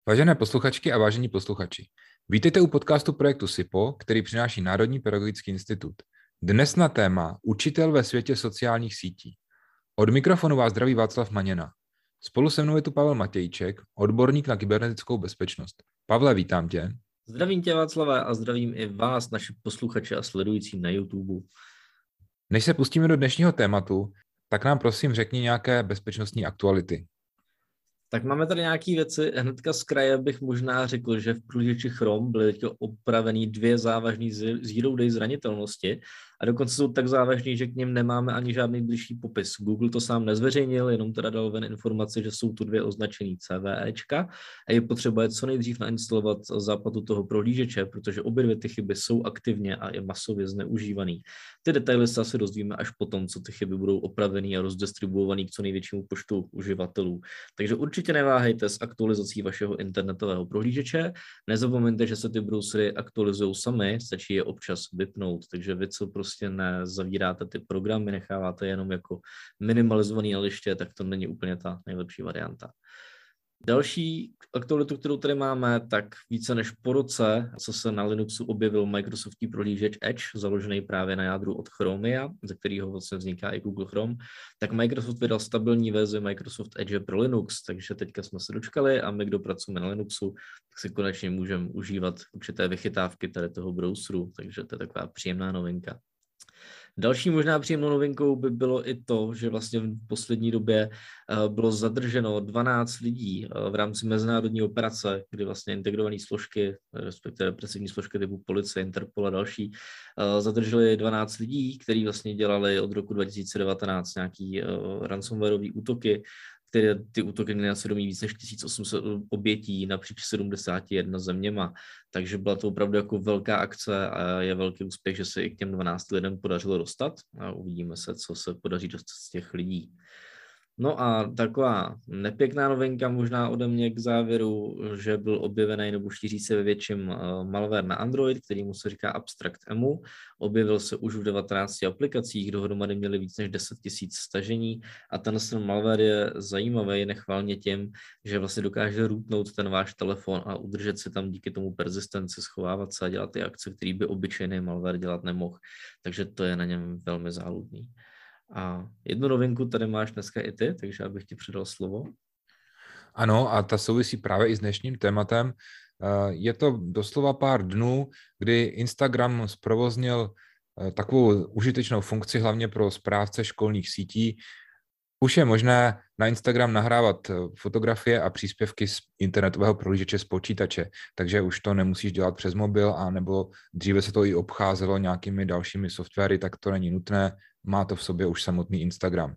Vážené posluchačky a vážení posluchači, vítejte u podcastu projektu SIPO, který přináší Národní pedagogický institut. Dnes na téma Učitel ve světě sociálních sítí. Od mikrofonu vás zdraví Václav Maněna. Spolu se mnou je tu Pavel Matějček, odborník na kybernetickou bezpečnost. Pavle, vítám tě. Zdravím tě, Václave, a zdravím i vás, naši posluchači a sledující na YouTube. Než se pustíme do dnešního tématu, tak nám prosím řekni nějaké bezpečnostní aktuality. Tak máme tady nějaké věci. Hnedka z kraje bych možná řekl, že v průžiči Chrome byly opravený 2 závažné zero day zranitelnosti a dokonce jsou tak závažný, že k nim nemáme ani žádný bližší popis. Google to sám nezveřejnil, jenom teda dal ven informaci, že jsou tu 2 označený CVEčka a je potřeba je co nejdřív nainstalovat záplatu toho prohlížeče, protože obě 2 ty chyby jsou aktivně a je masově zneužívaný. Ty detaily se asi dozvíme až potom, co ty chyby budou opravený a rozdistribuovaný k co největšímu počtu uživatelů. Takže určitě neváhejte s aktualizací vašeho internetového prohlížeče. Nezapomeňte, že se ty browsery aktualizují sami, stačí je občas vypnout, takže vy, co prostě nezavíráte ty programy, necháváte jenom jako minimalizovaný na liště, tak to není úplně ta nejlepší varianta. Další aktualitu, kterou tady máme, tak více než po roce, co se na Linuxu objevil Microsoftí prohlížeč Edge, založený právě na jádru od Chromia, ze kterého vlastně vzniká i Google Chrome, tak Microsoft vydal stabilní verzi Microsoft Edge pro Linux, takže teďka jsme se dočkali a my, kdo pracujeme na Linuxu, tak si konečně můžeme užívat určité vychytávky tady toho browseru, takže to je taková příjemná novinka. Další možná příjemnou novinkou by bylo i to, že vlastně v poslední době bylo zadrženo 12 lidí v rámci mezinárodní operace, kdy vlastně integrované složky, respektive represivní složky typu policie, Interpol a další, zadrželi 12 lidí, kteří vlastně dělali od roku 2019 nějaký ransomwareový útoky, které ty útoky měly na svědomí víc než 1800 obětí napříč 71 zeměma. Takže byla to opravdu jako velká akce a je velký úspěch, že se i k těm 12 lidem podařilo dostat a uvidíme se, co se podaří dostat z těch lidí. No a taková nepěkná novinka možná ode mě k závěru, že byl objevený nebo šíří se ve větším malware na Android, kterýmu se říká Abstract EMU. Objevil se už v 19 aplikacích, dohromady měli víc než 10 000 stažení a ten malware je zajímavý nechvalně tím, že vlastně dokáže rootnout ten váš telefon a udržet si tam díky tomu persistenci, schovávat se a dělat ty akce, které by obyčejný malware dělat nemohl. Takže to je na něm velmi záludný. A jednu novinku tady máš dneska i ty, takže abych ti předal slovo. Ano, a ta souvisí právě i s dnešním tématem. Je to doslova pár dnů, kdy Instagram zprovoznil takovou užitečnou funkci hlavně pro správce školních sítí. Už je možné na Instagram nahrávat fotografie a příspěvky z internetového prohlížeče z počítače, takže už to nemusíš dělat přes mobil, a nebo dříve se to i obcházelo nějakými dalšími softwary, tak to není nutné, má to v sobě už samotný Instagram.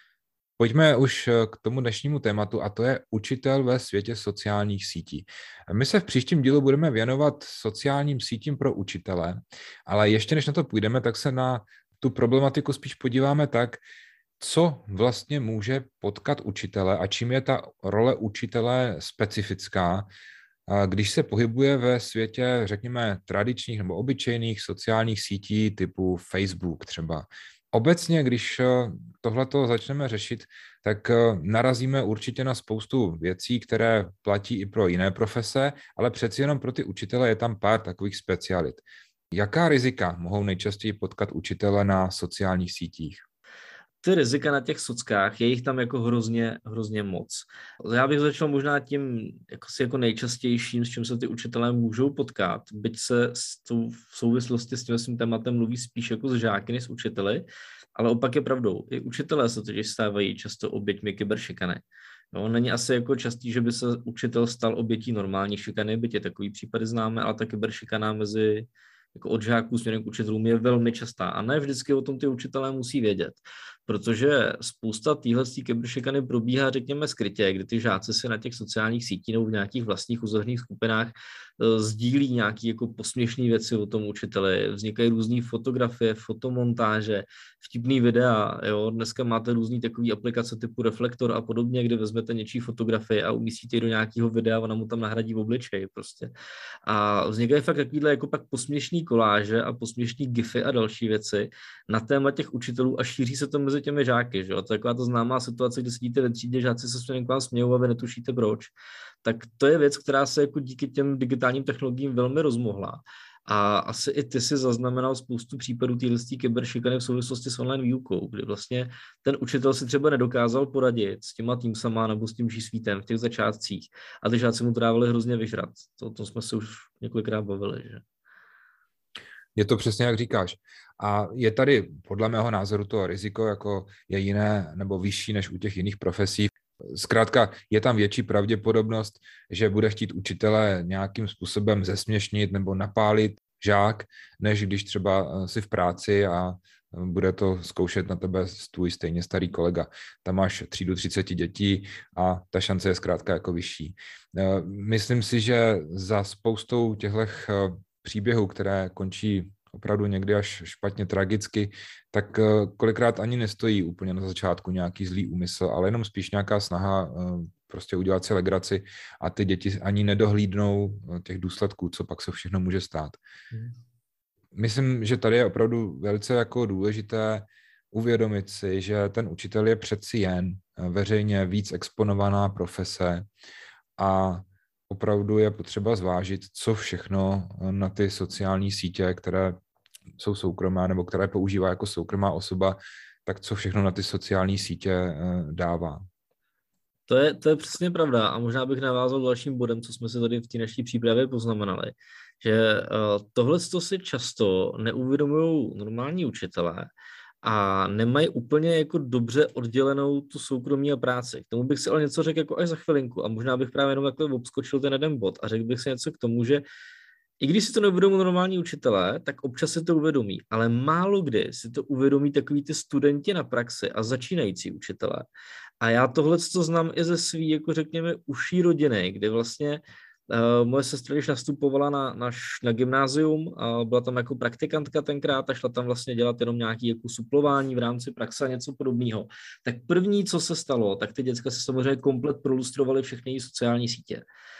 Pojďme už k tomu dnešnímu tématu, a to je učitel ve světě sociálních sítí. My se v příštím dílu budeme věnovat sociálním sítím pro učitele, ale ještě než na to půjdeme, tak se na tu problematiku spíš podíváme tak, co vlastně může potkat učitele a čím je ta role učitele specifická, když se pohybuje ve světě, řekněme, tradičních nebo obyčejných sociálních sítí typu Facebook třeba. Obecně, když tohleto začneme řešit, tak narazíme určitě na spoustu věcí, které platí i pro jiné profese, ale přeci jenom pro ty učitele je tam pár takových specialit. Jaká rizika mohou nejčastěji potkat učitele na sociálních sítích? Ty rizika na těch sockách, je jich tam jako hrozně moc. Já bych začal možná tím jako nejčastějším, s čím se ty učitelé můžou potkat, byť se v souvislosti s tím svým tématem mluví spíš jako s žáky než s učiteli, ale opak je pravdou. I učitelé se totiž stávají často oběťmi kyberšikany. No, není asi jako častý, že by se učitel stal obětí normální šikany, byť je takový případy známe, ale ta kyberšikana mezi jako od žáků směrem k učitelům je velmi častá a ne vždycky o tom ty učitelé musí vědět, protože spousta téhle kyberšikany probíhá, řekněme, skrytě, kdy ty žáci se na těch sociálních sítích nebo v nějakých vlastních uzavřených skupinách sdílí nějaké jako posměšné věci o tom učiteli, vznikají různé fotografie, fotomontáže, vtipný videa, jo, dneska máte různý takový aplikace typu Reflektor a podobně, kde vezmete něčí fotografii a umístíte ji do nějakého videa a ona mu tam nahradí v obličeji prostě. A vznikají fakt takovýhle jako pak posměšný koláže a posměšný gify a další věci na téma těch učitelů a šíří se to mezi těmi žáky, že jo. To je taková ta známá situace, kdy sedíte ve třídě, žáci se směrem k vám smějou a vy netušíte proč. tak to je věc, která se jako díky těm digitálním technologiím velmi rozmohla. A asi i ty si zaznamenal spoustu případů téhle kyberšikany v souvislosti s online výukou, kdy vlastně ten učitel si třeba nedokázal poradit s těma týmsama nebo s tím G Suitem v těch začátcích a ty žáci mu to dávali hrozně vyžrat. To jsme se už několikrát bavili, že? Je to přesně, jak říkáš. A je tady, podle mého názoru, to riziko jako je jiné nebo vyšší než u těch jiných profesí. Zkrátka, je tam větší pravděpodobnost, že bude chtít učitele nějakým způsobem zesměšnit nebo napálit žák, než když třeba si v práci a bude to zkoušet na tebe tvůj stejně starý kolega. Tam máš třídu 30 dětí a ta šance je zkrátka jako vyšší. Myslím si, že za spoustou těchto příběhů, které končí opravdu někdy až špatně tragicky, tak kolikrát ani nestojí úplně na začátku nějaký zlý úmysl, ale jenom spíš nějaká snaha prostě udělat si legraci a ty děti ani nedohlídnou těch důsledků, co pak se všechno může stát. Myslím, že tady je opravdu velice jako důležité uvědomit si, že ten učitel je přeci jen veřejně víc exponovaná profese a opravdu je potřeba zvážit, co všechno na ty sociální sítě, které jsou soukromé nebo které používá jako soukromá osoba, tak co všechno na ty sociální sítě dává. To je přesně pravda a možná bych navázal dalším bodem, co jsme si tady v té naší přípravě poznamenali, že tohle si často neuvědomují normální učitelé a nemají úplně jako dobře oddělenou tu soukromí a práci. K tomu bych si ale něco řekl jako až za chvilinku a možná bych právě jenom takhle obskočil ten jeden bod a řekl bych si něco k tomu, že i když si to neuvědomují normální učitelé, tak občas si to uvědomí, ale málo kdy si to uvědomí takový ty studenti na praxi a začínající učitelé. A já tohle znám i ze svý, jako řekněme, užší rodiny, kde vlastně moje sestra, když nastupovala na gymnázium, byla tam jako praktikantka tenkrát a šla tam vlastně dělat jenom nějaké jako suplování v rámci praxe a něco podobného. Tak první, co se stalo, tak ty děcka se samozřejmě komplet prolustrovaly všechny její sociální sítě.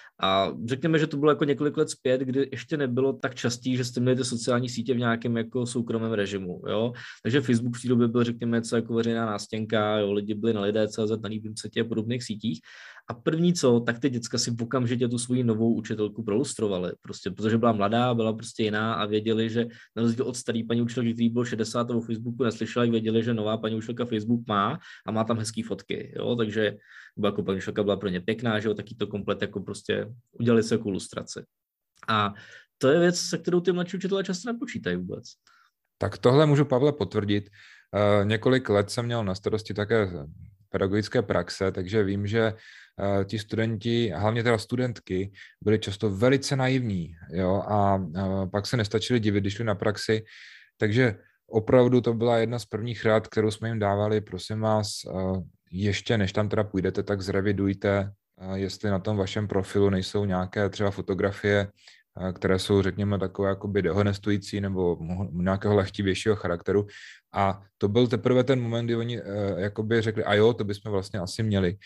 A řekněme, že to bylo jako několik let zpět, kdy ještě nebylo tak častý, že jste měli ty sociální sítě v nějakém jako soukromém režimu, jo. Takže Facebook v té době byl, řekněme, něco jako veřejná nástěnka, jo, lidi byli na Lidé.cz, na Líbím.cz a podobných sítích. A první co, tak ty děcka si okamžitě tu svoji novou učitelku prolustrovali, prostě, protože byla mladá, byla prostě jiná a věděli, že na rozdíl od starý paní učitelky, který byl 60 o Facebooku neslyšela, věděli, že nová paní učitelka Facebook má a má tam hezký fotky, jo, takže jako paní učitelka byla pro ně pěkná, že jo, taky to komplet jako prostě udělali se jako lustraci. A to je věc, se kterou ty mladší učitelé často nepočítají vůbec. Tak tohle můžu, Pavle, potvrdit. Několik let jsem měl na starosti také pedagogické praxe, takže vím, že ti studenti, hlavně teda studentky, byli často velice naivní, jo, a pak se nestačili divit, když šli na praxi, takže opravdu to byla jedna z prvních rad, kterou jsme jim dávali, prosím vás, ještě než tam teda půjdete, tak zrevidujte, jestli na tom vašem profilu nejsou nějaké třeba fotografie, které jsou, řekněme, takové jakoby dehonestující nebo nějakého lehtivějšího charakteru. A to byl teprve ten moment, kdy oni jakoby řekli, a jo, to bychom vlastně asi měli.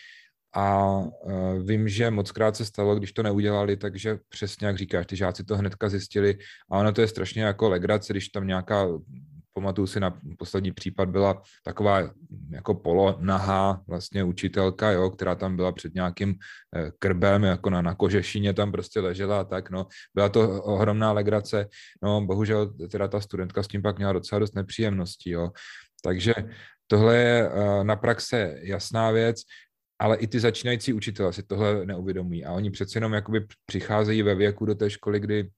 A vím, že mockrát se stalo, když to neudělali, takže přesně jak říkáš, ty žáci to hnedka zjistili a ono to je strašně jako legrace, když tam nějaká, pamatuju si na poslední případ, byla taková jako polonahá vlastně učitelka, jo, která tam byla před nějakým krbem, jako na kožešině tam prostě ležela a tak, no, byla to ohromná legrace, no, bohužel teda ta studentka s tím pak měla docela dost nepříjemností, jo, takže tohle je na praxe jasná věc, ale i ty začínající učitelé si tohle neuvědomují a oni přece jenom jakoby přicházejí ve věku do té školy, kdy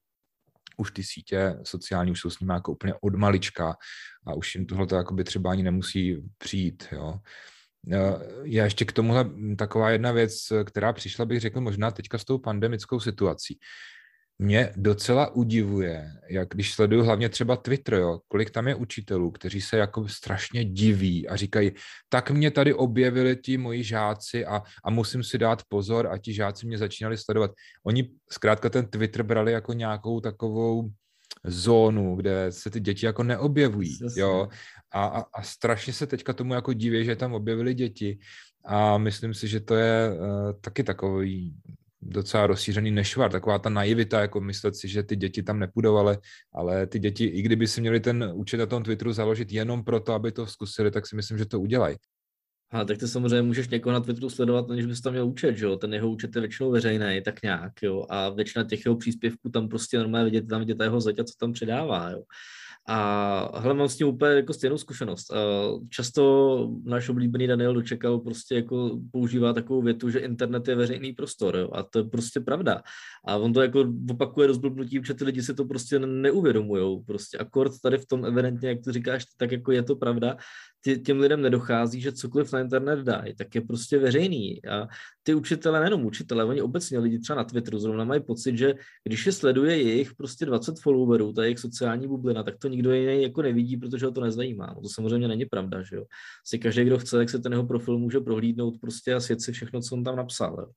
už ty sítě sociální už jsou s nimi jako úplně od malička a už jim tohle jakoby třeba ani nemusí přijít, jo. Je ještě k tomuhle taková jedna věc, která přišla, bych řekl, možná teďka s tou pandemickou situací. Mě docela udivuje, jak když sleduju hlavně třeba Twitter, jo, kolik tam je učitelů, kteří se jako strašně diví a říkají, tak mě tady objevili ti moji žáci a musím si dát pozor a ti žáci mě začínali sledovat. Oni zkrátka ten Twitter brali jako nějakou takovou zónu, kde se ty děti jako neobjevují, jo, a strašně se teďka tomu jako diví, že tam objevili děti a myslím si, že to je taky takový docela rozšířený nešvar, taková ta naivita, jako myslet si, že ty děti tam nepůjdou, ale ty děti, i kdyby si měli ten účet na tom Twitteru založit jenom proto, aby to zkusili, tak si myslím, že to udělají. A tak ty samozřejmě můžeš někoho na Twitteru sledovat, aniž bys tam měl účet, že jo? Ten jeho účet je většinou veřejný, tak nějak, jo? A většina těch jeho příspěvků tam prostě normálně vidět, tam vidět jeho zeď a co tam předává, jo? A hele, mám s tím úplně jako stejnou zkušenost. Často náš oblíbený Daniel Dočekal prostě jako používá takovou větu, že internet je veřejný prostor, jo? A to je prostě pravda. A on to jako opakuje do zblbnutí, protože ty lidi si to prostě neuvědomujou. Prostě akord tady v tom evidentně, jak to říkáš, tak jako je to pravda, těm lidem nedochází, že cokoliv na internet dají, tak je prostě veřejný. A ty učitelé, nejenom učitelé, oni obecně lidi třeba na Twitteru zrovna mají pocit, že když je sleduje jejich prostě 20 followerů, ta jejich sociální bublina, tak to nikdo jiný jako nevidí, protože ho to nezajímá. No to samozřejmě není pravda, že jo. Si každý, kdo chce, tak se ten jeho profil může prohlídnout prostě a sjet si všechno, co on tam napsal. Jo.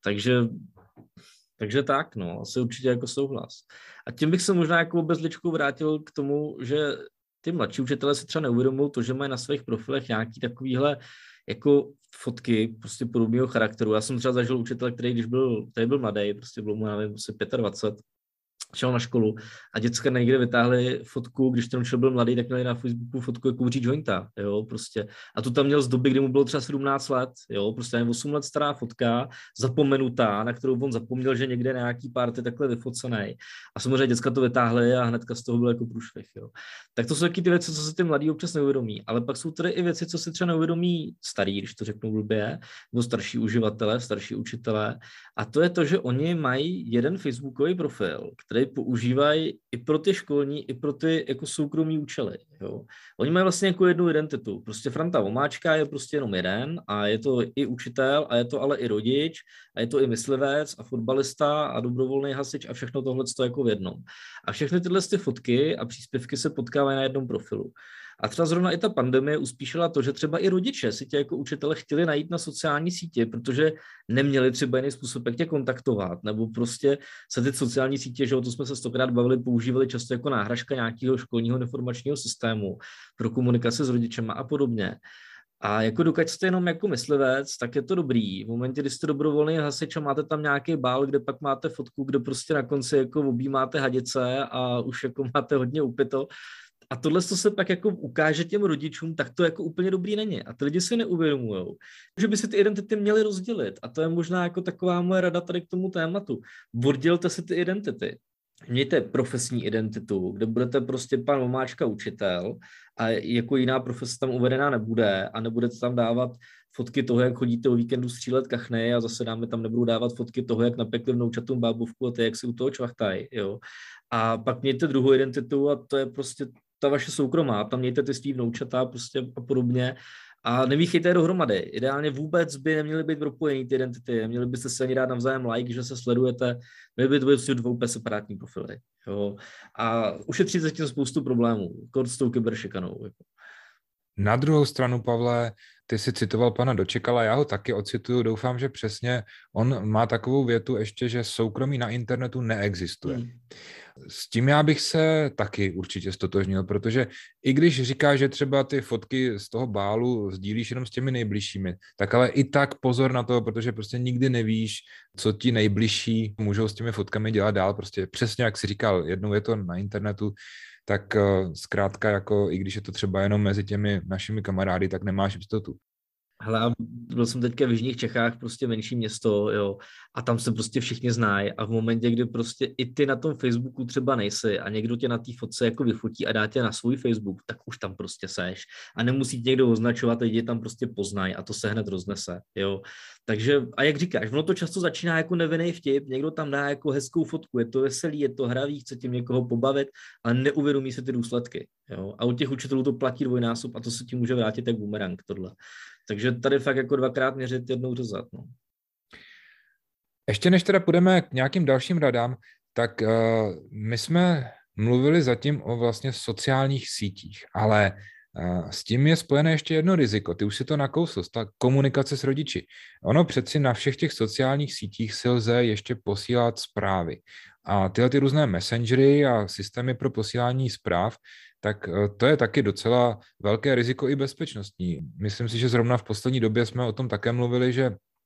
Takže tak, no, asi určitě jako souhlas. A tím bych se možná jako bez ličkou vrátil k tomu, že ty mladší učitelé si třeba neuvědomují to, že mají na svých profilech nějaký takovýhle jako fotky prostě podobného charakteru. Já jsem třeba zažil učitele, který tady byl mladý, prostě bylo mu, nevím, asi 25, šel na školu a děcka někde vytáhli fotku, když ten učitel byl mladý, tak měli na Facebooku fotku, jak kouří jointa, jo, prostě. A tu tam měl z doby, kdy mu bylo třeba 17 let, jo, prostě jen 8 let stará fotka, zapomenutá, na kterou on zapomněl, že někde nějaký party takhle vyfocený. A samozřejmě děcka to vytáhli a hnedka z toho byl jako průšvih, jo. Tak to jsou taky ty věci, co se ty mladí občas neuvědomí, ale pak jsou tady i věci, co si třeba neuvědomí starý, když to řeknu blbě, nebo starší uživatelé, starší učitelé. A to je to, že oni mají jeden facebookový profil, který používají i pro ty školní, i pro ty jako soukromý účely. Jo. Oni mají vlastně jako jednu identitu. Prostě Franta Vomáčka je prostě jenom jeden a je to i učitel a je to ale i rodič a je to i myslivec a fotbalista a dobrovolný hasič a všechno tohle jako v jednom. A všechny tyhle ty fotky a příspěvky se potkávají na jednom profilu. A třeba zrovna i ta pandemie uspíšila to, že třeba i rodiče si tě jako učitele chtěli najít na sociální sítě, protože neměli třeba jiný způsob, jak tě kontaktovat, nebo prostě se ty sociální sítě, že o to jsme se 100krát bavili, používali často jako náhražka nějakého školního informačního systému pro komunikaci s rodičema a podobně. A jako dokud jste jenom jako myslivec, tak je to dobrý. V momentě, kdy jste dobrovolný hasič a máte tam nějaký bál, kde pak máte fotku, kde prostě na konci jako objímáte hadice a už jako máte hodně upito, a tohle se pak jako ukáže těm rodičům, tak to jako úplně dobrý není. A ty lidi si neuvědomujou, že by si ty identity měly rozdělit. A to je možná jako taková moje rada tady k tomu tématu. Oddělte si ty identity. Mějte profesní identitu, kde budete prostě pan Vomáčka učitel a jako jiná profese tam uvedená nebude a nebudete tam dávat fotky toho, jak chodíte o víkendu střílet kachny a zase dáme tam nebudou dávat fotky toho, jak napekli vnoučatům bábovku a ty, jak si u toho čvachtají, jo. A pak mějte druhou identitu a to je prostě ta vaše soukromá, tam mějte ty svý vnoučata prostě a podobně a nemíchejte je dohromady. Ideálně vůbec by neměly být propojený ty identity, neměli byste se ani dát navzájem like, že se sledujete, měly by to být dvou úplně separátní profily. Jo. A ušetřit se tím spoustu problémů, kort s tou kyberšikanou. Jako. Na druhou stranu, Pavle, ty jsi citoval pana Dočekala, já ho taky ocituju, doufám, že přesně on má takovou větu ještě, že soukromí na internetu neexistuje. S tím já bych se taky určitě stotožnil, protože i když říká, že třeba ty fotky z toho bálu sdílíš jenom s těmi nejbližšími, tak ale i tak pozor na to, protože prostě nikdy nevíš, co ti nejbližší můžou s těmi fotkami dělat dál, prostě přesně jak jsi říkal, jednou je to na internetu, tak zkrátka jako i když je to třeba jenom mezi těmi našimi kamarády, tak nemáš jistotu. Hele, byl jsem teďka v jižních Čechách, prostě menší město, jo, a tam se prostě všichni znají a v momentě, kdy prostě i ty na tom Facebooku třeba nejsi a někdo tě na té fotce jako vyfotí a dá tě na svůj Facebook, tak už tam prostě seš a nemusí tě někdo označovat, lidi tam prostě poznají a to se hned roznese, jo. Takže, a jak říkáš, ono to často začíná jako nevinný vtip, někdo tam dá jako hezkou fotku, je to veselý, je to hravý, chce tím někoho pobavit, ale neuvědomí se ty důsledky, jo. A u těch učitelů to platí dvojnásob a to se ti může vrátit jak bumerang tohle. Takže tady fakt jako dvakrát měřit, jednou řezat. No. Ještě než teda půjdeme k nějakým dalším radám, tak my jsme mluvili zatím o vlastně sociálních sítích, ale s tím je spojené ještě jedno riziko. Ty už si to nakousl, ta komunikace s rodiči. Ono přeci na všech těch sociálních sítích si lze ještě posílat zprávy. A tyhle ty různé messengery a systémy pro posílání zpráv, tak to je taky docela velké riziko i bezpečnostní. Myslím si, že zrovna v poslední době jsme o tom také mluvili, že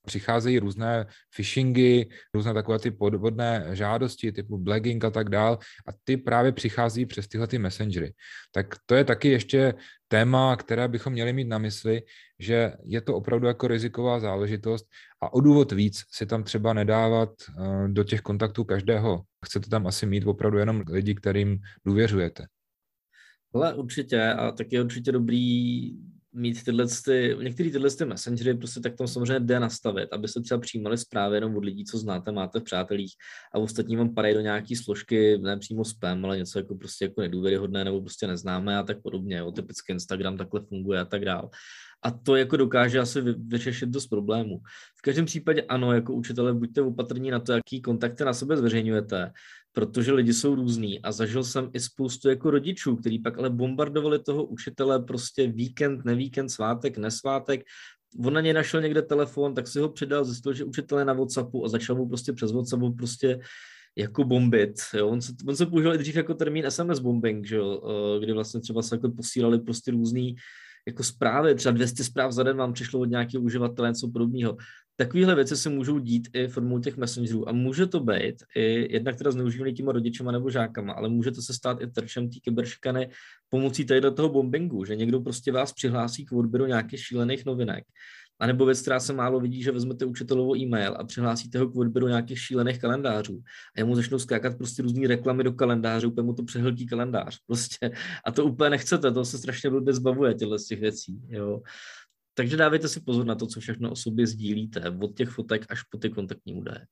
přicházejí různé phishingy, různé takové ty podvodné žádosti typu blagging a tak dál a ty právě přichází přes tyhle ty messengery. Tak to je taky ještě téma, které bychom měli mít na mysli, že je to opravdu jako riziková záležitost a o důvod víc si tam třeba nedávat do těch kontaktů každého. Chcete tam asi mít opravdu jenom lidi, kterým důvěřujete. Ale určitě a taky je určitě dobrý mít některé tyhle messengery prostě tak tam samozřejmě jde nastavit, aby se třeba přijímaly zprávy jenom od lidí, co znáte, máte v přátelích a ostatní vám padají do nějaký složky, ne přímo spam, ale něco jako prostě jako nedůvěryhodné nebo prostě neznámé a tak podobně. Jo. Typicky Instagram takhle funguje a tak dál. A to jako dokáže asi vyřešit dost problémů. V každém případě ano, jako učitele buďte opatrní na to, jaký kontakty na sebe zveřejňujete, protože lidi jsou různý a zažil jsem i spoustu jako rodičů, kteří pak ale bombardovali toho učitele prostě víkend, nevíkend, svátek, nesvátek. On na něj našel někde telefon, tak si ho přidal, zjistil, že učitel je na WhatsAppu a začal mu prostě přes WhatsAppu prostě jako bombit. Jo. On se použil i dřív jako termín SMS bombing, že jo, kdy vlastně třeba se jako posílali prostě různý jako zprávy, třeba 200 zpráv za den vám přišlo od nějakého uživatele, něco podobného. Takovéhle věci se můžou dít i formou těch messengerů a může to být i jednak teda zneužívaný těma rodičema nebo žákama, ale může to se stát i terčem té kyberšikany pomocí tady toho bombingu, že někdo prostě vás přihlásí k odběru nějakých šílených novinek. A nebo věc, která se málo vidí, že vezmete učitelovo e-mail a přihlásíte ho k odběru nějakých šílených kalendářů a jemu začnou skákat prostě různý reklamy do kalendáře, úplně mu to přehltí kalendář prostě. A to úplně nechcete, to se strašně blbě zbavuje těchto z těch věcí, jo. Takže dávejte si pozor na to, co všechno o sobě sdílíte, od těch fotek až po ty kontaktní údaje.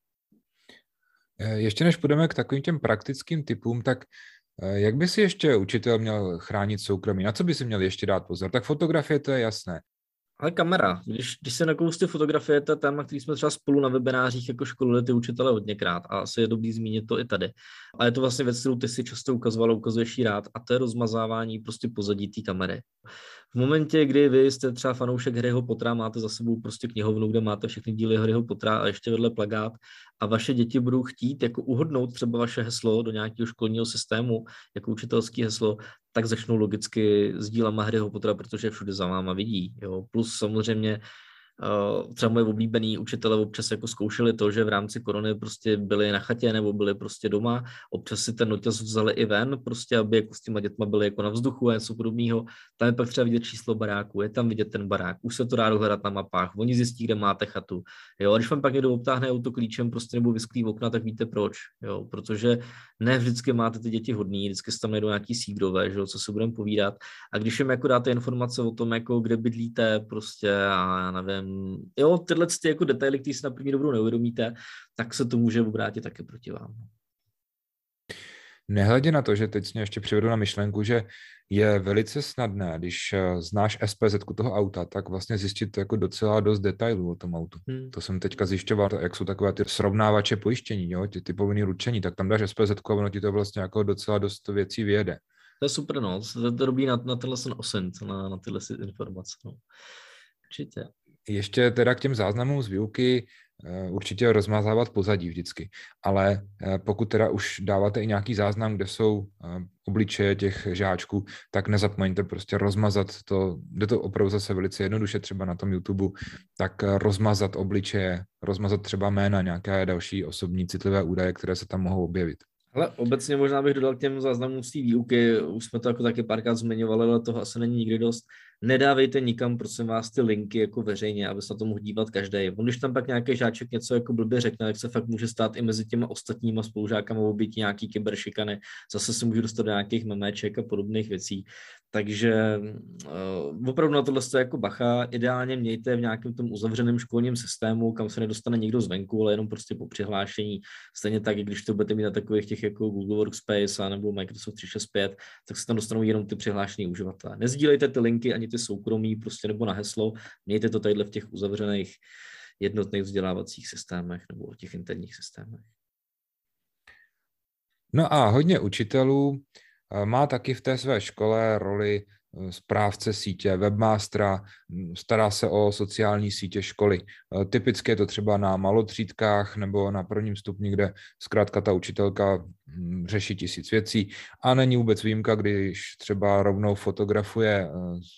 Ještě než půjdeme k takovým těm praktickým tipům, tak jak by si ještě učitel měl chránit soukromí? Na co by si měl ještě dát pozor? Tak fotografie, to je jasné. Ale kamera, když se nakousty fotografie, to je téma, který jsme třeba spolu na webinářích jako školili ty učitele hodněkrát a asi je dobrý zmínit to i tady. A je to vlastně věc, kterou ty si často ukazoval, ukazuješ jí rád a to je rozmazávání prostě pozadí té kamery. V momentě, kdy vy jste třeba fanoušek Harryho Pottera, máte za sebou prostě knihovnu, kde máte všechny díly Harryho Pottera a ještě vedle plakát a vaše děti budou chtít jako uhodnout třeba vaše heslo do nějakého školního systému, jako učitelské heslo, tak začnou logicky s dílama Harryho Pottera, protože všude za váma vidí. Jo. Plus samozřejmě třeba moje oblíbený učitelé občas jako zkoušeli to, že v rámci korony prostě byli na chatě nebo byli prostě doma, občas si ten noťaz vzali i ven, prostě aby jako s těma dětma byli jako na vzduchu a něco podobného. Tam je pak třeba vidět číslo baráku, je tam vidět ten barák, už se to dá dohledat na mapách, oni zjistí, kde máte chatu. Jo, a když vám pak někdo obtáhne auto klíčem prostě nebo vysklí okna, tak víte proč. Jo, protože ne vždycky máte ty děti hodný, vždycky se tam najdou nějaký sígrové, že jo, co se budeme povídat. A když jim jako dáte informace o tom, jako kde bydlíte, prostě a já nevím, jo, tyhle jako detaily, které si na první dobrou neuvědomíte, tak se to může obrátit také proti vám. Nehledě na to, že teď mě ještě přivedu na myšlenku, že je velice snadné, když znáš SPZ toho auta, tak vlastně zjistit jako docela dost detailů o tom autu. To jsem teďka zjišťoval, jak jsou takové ty srovnávače pojištění, jo, ty povinné ručení, tak tam dáš SPZ a ono ti to vlastně jako docela dost věcí vyjede. To je super, no, to je dobrý na tenhle osint, na tyhle informace, no. Určitě. Ještě teda k těm záznamům z výuky určitě rozmazávat pozadí vždycky, ale pokud teda už dáváte i nějaký záznam, kde jsou obličeje těch žáčků, tak nezapomeňte prostě rozmazat to, jde to opravdu zase velice jednoduše třeba na tom YouTube, tak rozmazat obličeje, rozmazat třeba jména, nějaké další osobní citlivé údaje, které se tam mohou objevit. Ale obecně možná bych dodal k těm záznamům z té výuky, už jsme to jako taky párkrát zmiňovali, ale toho asi není nikdy dost. Nedávejte nikam, prosím vás, ty linky jako veřejně, aby se na to mohl dívat každý. Když tam pak nějaký žáček něco jako blbě řekne, tak se fakt může stát i mezi těma ostatníma spolužákama obětí nějaký kyberšikany. Zase se může dostat do nějakých memeček a podobných věcí. Takže opravdu na tohle jste jako bacha. Ideálně mějte v nějakém tom uzavřeném školním systému, kam se nedostane nikdo zvenku, ale jenom prostě po přihlášení. Stejně tak, když to budete mít na takových těch jako Google Workspace a nebo Microsoft 365, tak se tam dostanou jenom ty přihlášení uživatelé. Nezdílejte ty linky ani ty soukromí prostě nebo na heslo, mějte to tadyhle v těch uzavřených jednotných vzdělávacích systémech nebo těch interních systémech. No a hodně učitelů má taky v té své škole roli správce sítě, webmastera, stará se o sociální sítě školy. Typicky je to třeba na malotřídkách nebo na prvním stupni, kde zkrátka ta učitelka řeší 1000 věcí a není vůbec výjimka, když třeba rovnou fotografuje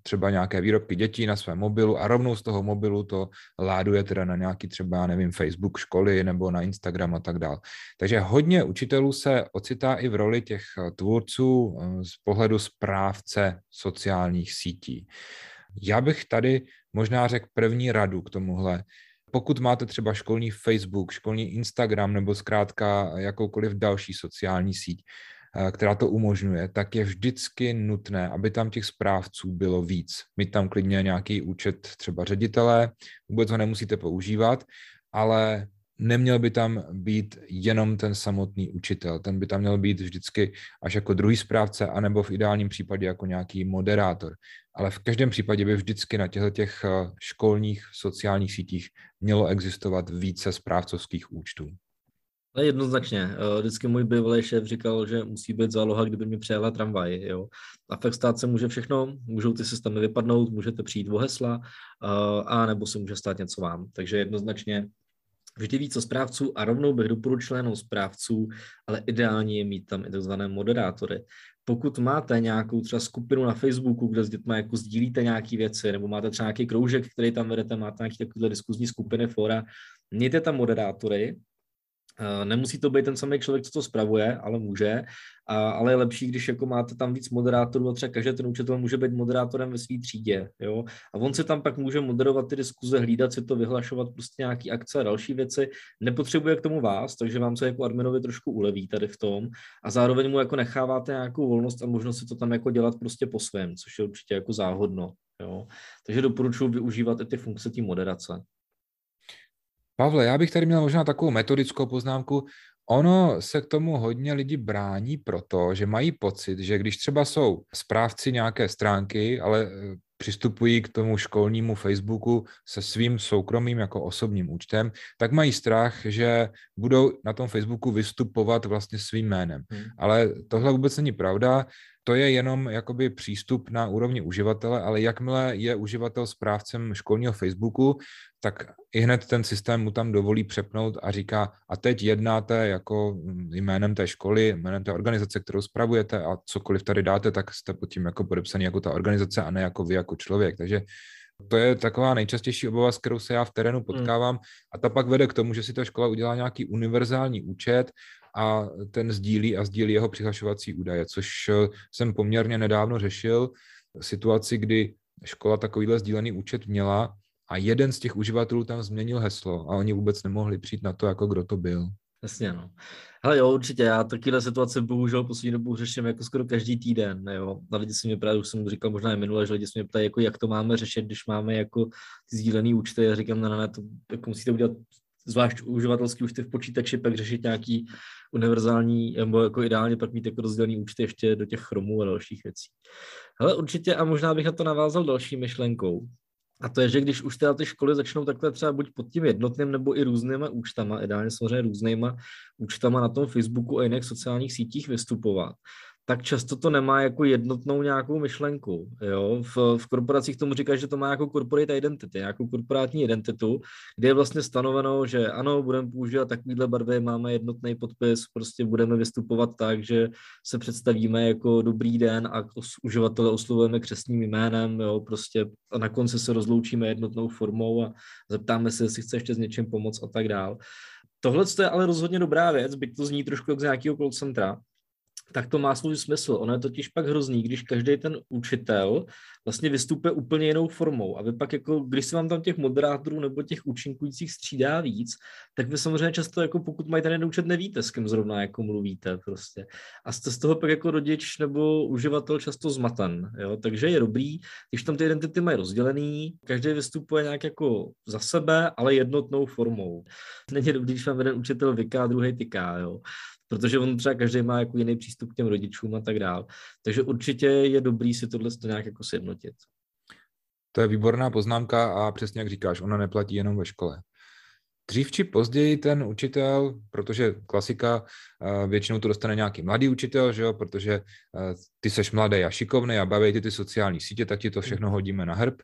třeba nějaké výrobky dětí na svém mobilu a rovnou z toho mobilu to láduje teda na nějaký třeba, nevím, Facebook školy nebo na Instagram a tak dále. Takže hodně učitelů se ocitá i v roli těch tvůrců z pohledu správce sociálních sítí. Já bych tady možná řekl první radu k tomuhle. Pokud máte třeba školní Facebook, školní Instagram nebo zkrátka jakoukoliv další sociální síť, která to umožňuje, tak je vždycky nutné, aby tam těch správců bylo víc. Mít tam klidně nějaký účet třeba ředitele, vůbec ho nemusíte používat, ale neměl by tam být jenom ten samotný učitel. Ten by tam měl být vždycky až jako druhý správce, anebo v ideálním případě jako nějaký moderátor. Ale v každém případě by vždycky na těch školních sociálních sítích mělo existovat více správcovských účtů. Ale jednoznačně. Vždycky můj bývalý šéf říkal, že musí být záloha, kdyby mi přejela tramvaj. Jo? A fakt stát se může všechno, můžou ty systémy vypadnout, můžete přijít o hesla, a nebo se může stát něco vám. Takže jednoznačně vždy více správců a rovnou bych doporučil jenom správců, ale ideální je mít tam i takzvané moderátory. Pokud máte nějakou třeba skupinu na Facebooku, kde s dětmi jako sdílíte nějaké věci, nebo máte třeba nějaký kroužek, který tam vedete, máte nějaké takovéhle diskuzní skupiny, fora, mějte tam moderátory. Nemusí to být ten samý člověk, co to spravuje, ale může. Ale je lepší, když jako máte tam víc moderátorů a třeba každý ten učitel může být moderátorem ve své třídě. Jo? A on si tam pak může moderovat ty diskuze, hlídat si to, vyhlašovat prostě nějaký akce a další věci. Nepotřebuje k tomu vás, takže vám se jako adminovi trošku uleví tady v tom a zároveň mu jako necháváte nějakou volnost a možnost si to tam jako dělat prostě po svém, což je určitě jako záhodno. Jo? Takže doporučuji využívat i ty funkce té moderace. Pavle, já bych tady měl možná takovou metodickou poznámku. Ono se k tomu hodně lidi brání proto, že mají pocit, že když třeba jsou správci nějaké stránky, ale přistupují k tomu školnímu Facebooku se svým soukromým jako osobním účtem, tak mají strach, že budou na tom Facebooku vystupovat vlastně svým jménem. Ale tohle vůbec není pravda. To je jenom jakoby přístup na úrovni uživatele, ale jakmile je uživatel správcem školního Facebooku, tak i hned ten systém mu tam dovolí přepnout a říká, a teď jednáte jako jménem té školy, jménem té organizace, kterou spravujete a cokoliv tady dáte, tak jste pod tím jako podepsaný jako ta organizace a ne jako vy jako člověk. Takže to je taková nejčastější obava, s kterou se já v terénu potkávám a ta pak vede k tomu, že si ta škola udělá nějaký univerzální účet a ten sdílí jeho přihlašovací údaje, což jsem poměrně nedávno řešil situaci, kdy škola takovýhle sdílený účet měla a jeden z těch uživatelů tam změnil heslo a oni vůbec nemohli přijít na to, jako kdo to byl. Jasně, no. Hele jo, určitě, já takovéhle situace bohužel poslední dobu řeším jako skoro každý týden, jo. A lidi se mě právě, už jsem říkal možná i minule, že lidi se mě ptají, jako jak to máme řešit, když máme jako ty sdílený účty, já říkám, ne, to jako musíte udělat zvlášť uživatelský účty v počítači, pak řešit nějaký univerzální, nebo jako ideálně pak mít jako rozdělený účty ještě do těch Chromů a dalších věcí. Hele, určitě a možná bych na to navázal další myšlenkou. A to je, že když už teda ty školy začnou takhle třeba buď pod tím jednotným nebo i různýma účtama, ideálně samozřejmě různýma účtama na tom Facebooku a jiných sociálních sítích vystupovat, tak často to nemá jako jednotnou nějakou myšlenku. Jo? V korporacích tomu říká, že to má jako corporate identity, nějakou korporátní identitu, kde je vlastně stanoveno, že ano, budeme používat takovýhle barvy, máme jednotný podpis, prostě budeme vystupovat tak, že se představíme jako dobrý den a uživatele oslovujeme křestním jménem, jo? Prostě a na konci se rozloučíme jednotnou formou a zeptáme se, jestli chce ještě s něčím pomoct a tak dál. Tohle je ale rozhodně dobrá věc, byť to zní trošku jak z nějakého call centra, tak to má svůj smysl. Ono je totiž pak hrozný, když každý ten učitel vlastně vystupuje úplně jinou formou. A vy pak jako, když se vám tam těch moderátorů nebo těch účinkujících střídá víc, tak vy samozřejmě často, jako pokud mají ten jeden účet, nevíte, s kým zrovna jako mluvíte prostě. A jste z toho pak jako rodič nebo uživatel často zmaten. Jo? Takže je dobrý, když tam ty identity mají rozdělený, každý vystupuje nějak jako za sebe, ale jednotnou formou. Není dobrý, když vám jeden učitel vyká, druhý tyká, jo? Protože on třeba každý má jako jiný přístup k těm rodičům a tak dál. Takže určitě je dobrý si tohle nějak jako sjednotit. To je výborná poznámka a přesně jak říkáš, ona neplatí jenom ve škole. Dřív či později ten učitel, protože klasika, většinou to dostane nějaký mladý učitel, že jo, protože ty seš mladý a šikovný a baví ty sociální sítě, tak ti to všechno hodíme na hrb.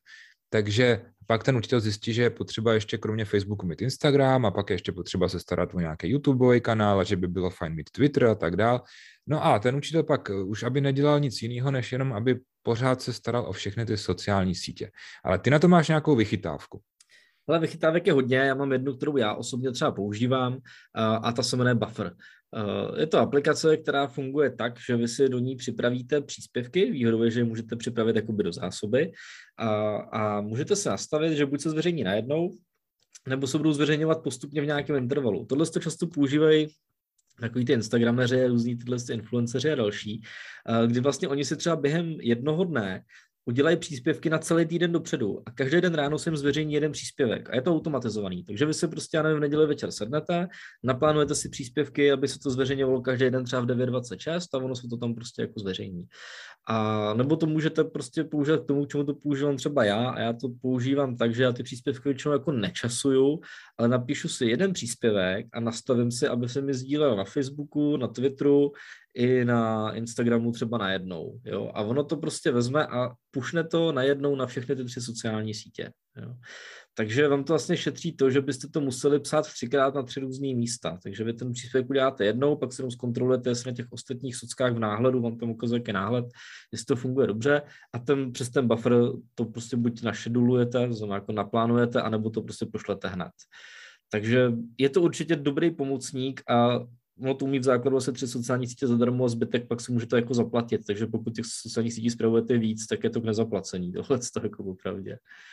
takže pak ten učitel zjistí, že je potřeba ještě kromě Facebooku mít Instagram a pak je ještě potřeba se starat o nějaký YouTubeový kanál a že by bylo fajn mít Twitter a tak dál. No a ten učitel pak už aby nedělal nic jiného, než jenom aby pořád se staral o všechny ty sociální sítě. Ale ty na to máš nějakou vychytávku. Ale vychytávek je hodně, já mám jednu, kterou já osobně třeba používám a ta se jmenuje Buffer. Je to aplikace, která funguje tak, že vy si do ní připravíte příspěvky, výhodou je, že je můžete připravit jakoby do zásoby a můžete se nastavit, že buď se zveřejní najednou, nebo se budou zveřejňovat postupně v nějakém intervalu. Tohle to často používají takový ty instagrameři, různý tyhle influenceři a další, kdy vlastně oni si třeba během jednoho dne udělají příspěvky na celý týden dopředu a každý den ráno se jim zveřejní jeden příspěvek a je to automatizovaný. Takže vy si prostě, já nevím, v neděli večer sednete, naplánujete si příspěvky, aby se to zveřejňovalo každý den třeba v 9:26 a ono se to tam prostě jako zveřejní. A nebo to můžete prostě použít k tomu, k čemu to používám třeba já a já to používám tak, že já ty příspěvky většinou jako nečasuju, ale napíšu si jeden příspěvek a nastavím si, aby se mi sdílel na Facebooku, na Twitteru, i na Instagramu třeba najednou. Jo? A ono to prostě vezme a pušne to najednou na všechny ty 3 sociální sítě. Jo? Takže vám to vlastně šetří to, že byste to museli psát 3krát na 3 různý místa. Takže vy ten příspěvek uděláte jednou, pak si jenom zkontrolujete, jestli na těch ostatních sockách v náhledu, vám tam ukazuje jaký náhled, jestli to funguje dobře a přes ten buffer to prostě buď našedulujete, znamená jako naplánujete, anebo to prostě pošlete hned. Takže je to určitě dobrý pomocník a ono to umí v základu asi 3 sociální sítě zadarmo a zbytek pak si můžete jako zaplatit, takže pokud těch sociálních sítí spravujete víc, tak je to k nezaplacení, tohle to jako opravdě.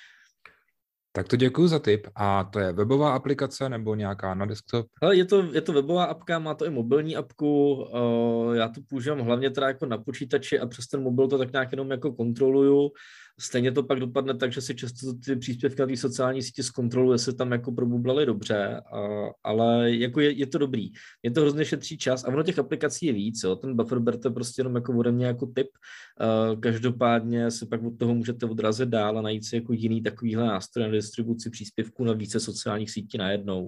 Tak to děkuji za tip. A to je webová aplikace nebo nějaká na desktop? Ale je to webová apka, má to i mobilní apku, já to používám hlavně teda jako na počítači a přes ten mobil to tak nějak jenom jako kontroluju. Stejně to pak dopadne tak, že si často ty příspěvky na té sociální síti zkontroluji, jestli tam jako probublaly dobře, ale jako je to dobrý. Je to hrozně šetří čas a ono těch aplikací je víc, jo. Ten buffer berte prostě jenom jako ode mě jako tip. Každopádně se pak od toho můžete odrazit dál a najít si jako jiný takovýhle nástroj na distribuci příspěvků na více sociálních sítí najednou.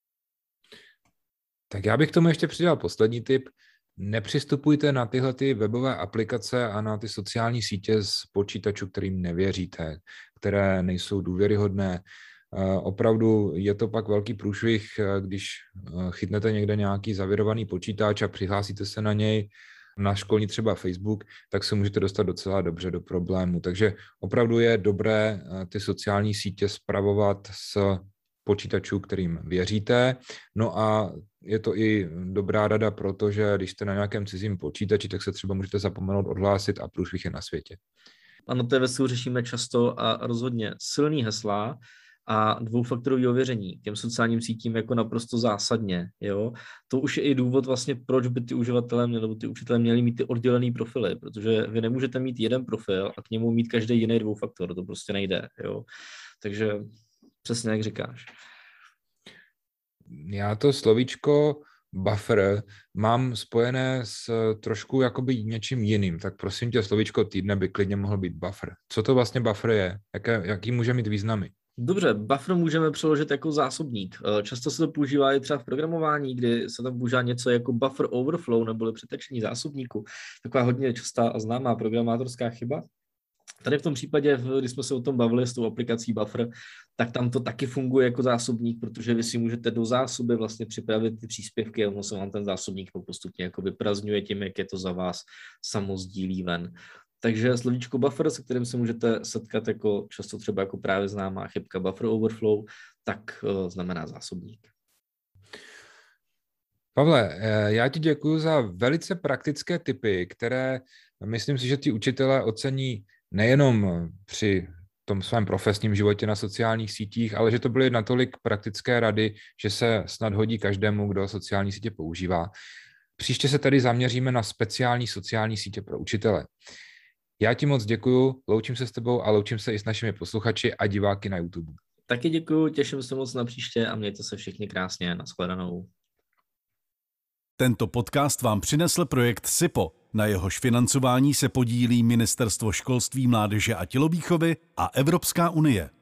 Tak já bych k tomu ještě přidal poslední tip. Nepřistupujte na tyhle ty webové aplikace a na ty sociální sítě z počítačů, kterým nevěříte, které nejsou důvěryhodné. Opravdu je to pak velký průšvih, když chytnete někde nějaký zavirovaný počítač a přihlásíte se na něj na školní třeba Facebook, tak se můžete dostat docela dobře do problému. Takže opravdu je dobré ty sociální sítě spravovat s počítačů, kterým věříte. No a je to i dobrá rada, protože když jste na nějakém cizím počítači, tak se třeba můžete zapomenout odhlásit a průšvih je na světě. Ano, TVSU řešíme často a rozhodně silný hesla a dvoufaktorové ověření těm sociálním sítím jako naprosto zásadně. Jo? To už je i důvod vlastně, proč by ty uživatelé nebo ty učitelé měli mít ty oddělený profily, protože vy nemůžete mít jeden profil a k němu mít každý jiný dvoufaktor, to prostě nejde. Jo? Takže přesně jak říkáš. Já to slovíčko buffer mám spojené s trošku jakoby něčím jiným, tak prosím tě, slovíčko týdne by klidně mohl být buffer. Co to vlastně buffer je? Jaký může mít významy? Dobře, buffer můžeme přeložit jako zásobník. Často se to používá i třeba v programování, kdy se tam používá něco jako buffer overflow neboli přetečení zásobníku. Taková hodně častá a známá programátorská chyba. Tady v tom případě, když jsme se o tom bavili s tou aplikací Buffer, tak tam to taky funguje jako zásobník, protože vy si můžete do zásoby vlastně připravit ty příspěvky a ono se vám ten zásobník postupně jako vyprazňuje tím, jak je to za vás samozdílí ven. Takže slovíčko buffer, se kterým se můžete setkat jako často třeba jako právě známá chybka buffer overflow, tak znamená zásobník. Pavle, já ti děkuji za velice praktické tipy, které myslím si, že ti učitelé ocení nejenom při tom svém profesním životě na sociálních sítích, ale že to byly natolik praktické rady, že se snad hodí každému, kdo sociální sítě používá. Příště se tady zaměříme na speciální sociální sítě pro učitele. Já ti moc děkuju, loučím se s tebou a loučím se i s našimi posluchači a diváky na YouTube. Taky děkuju, těším se moc na příště a mějte se všichni krásně, nashledanou. Tento podcast vám přinesl projekt SIPO. Na jehož financování se podílí Ministerstvo školství, mládeže a tělovýchovy a Evropská unie.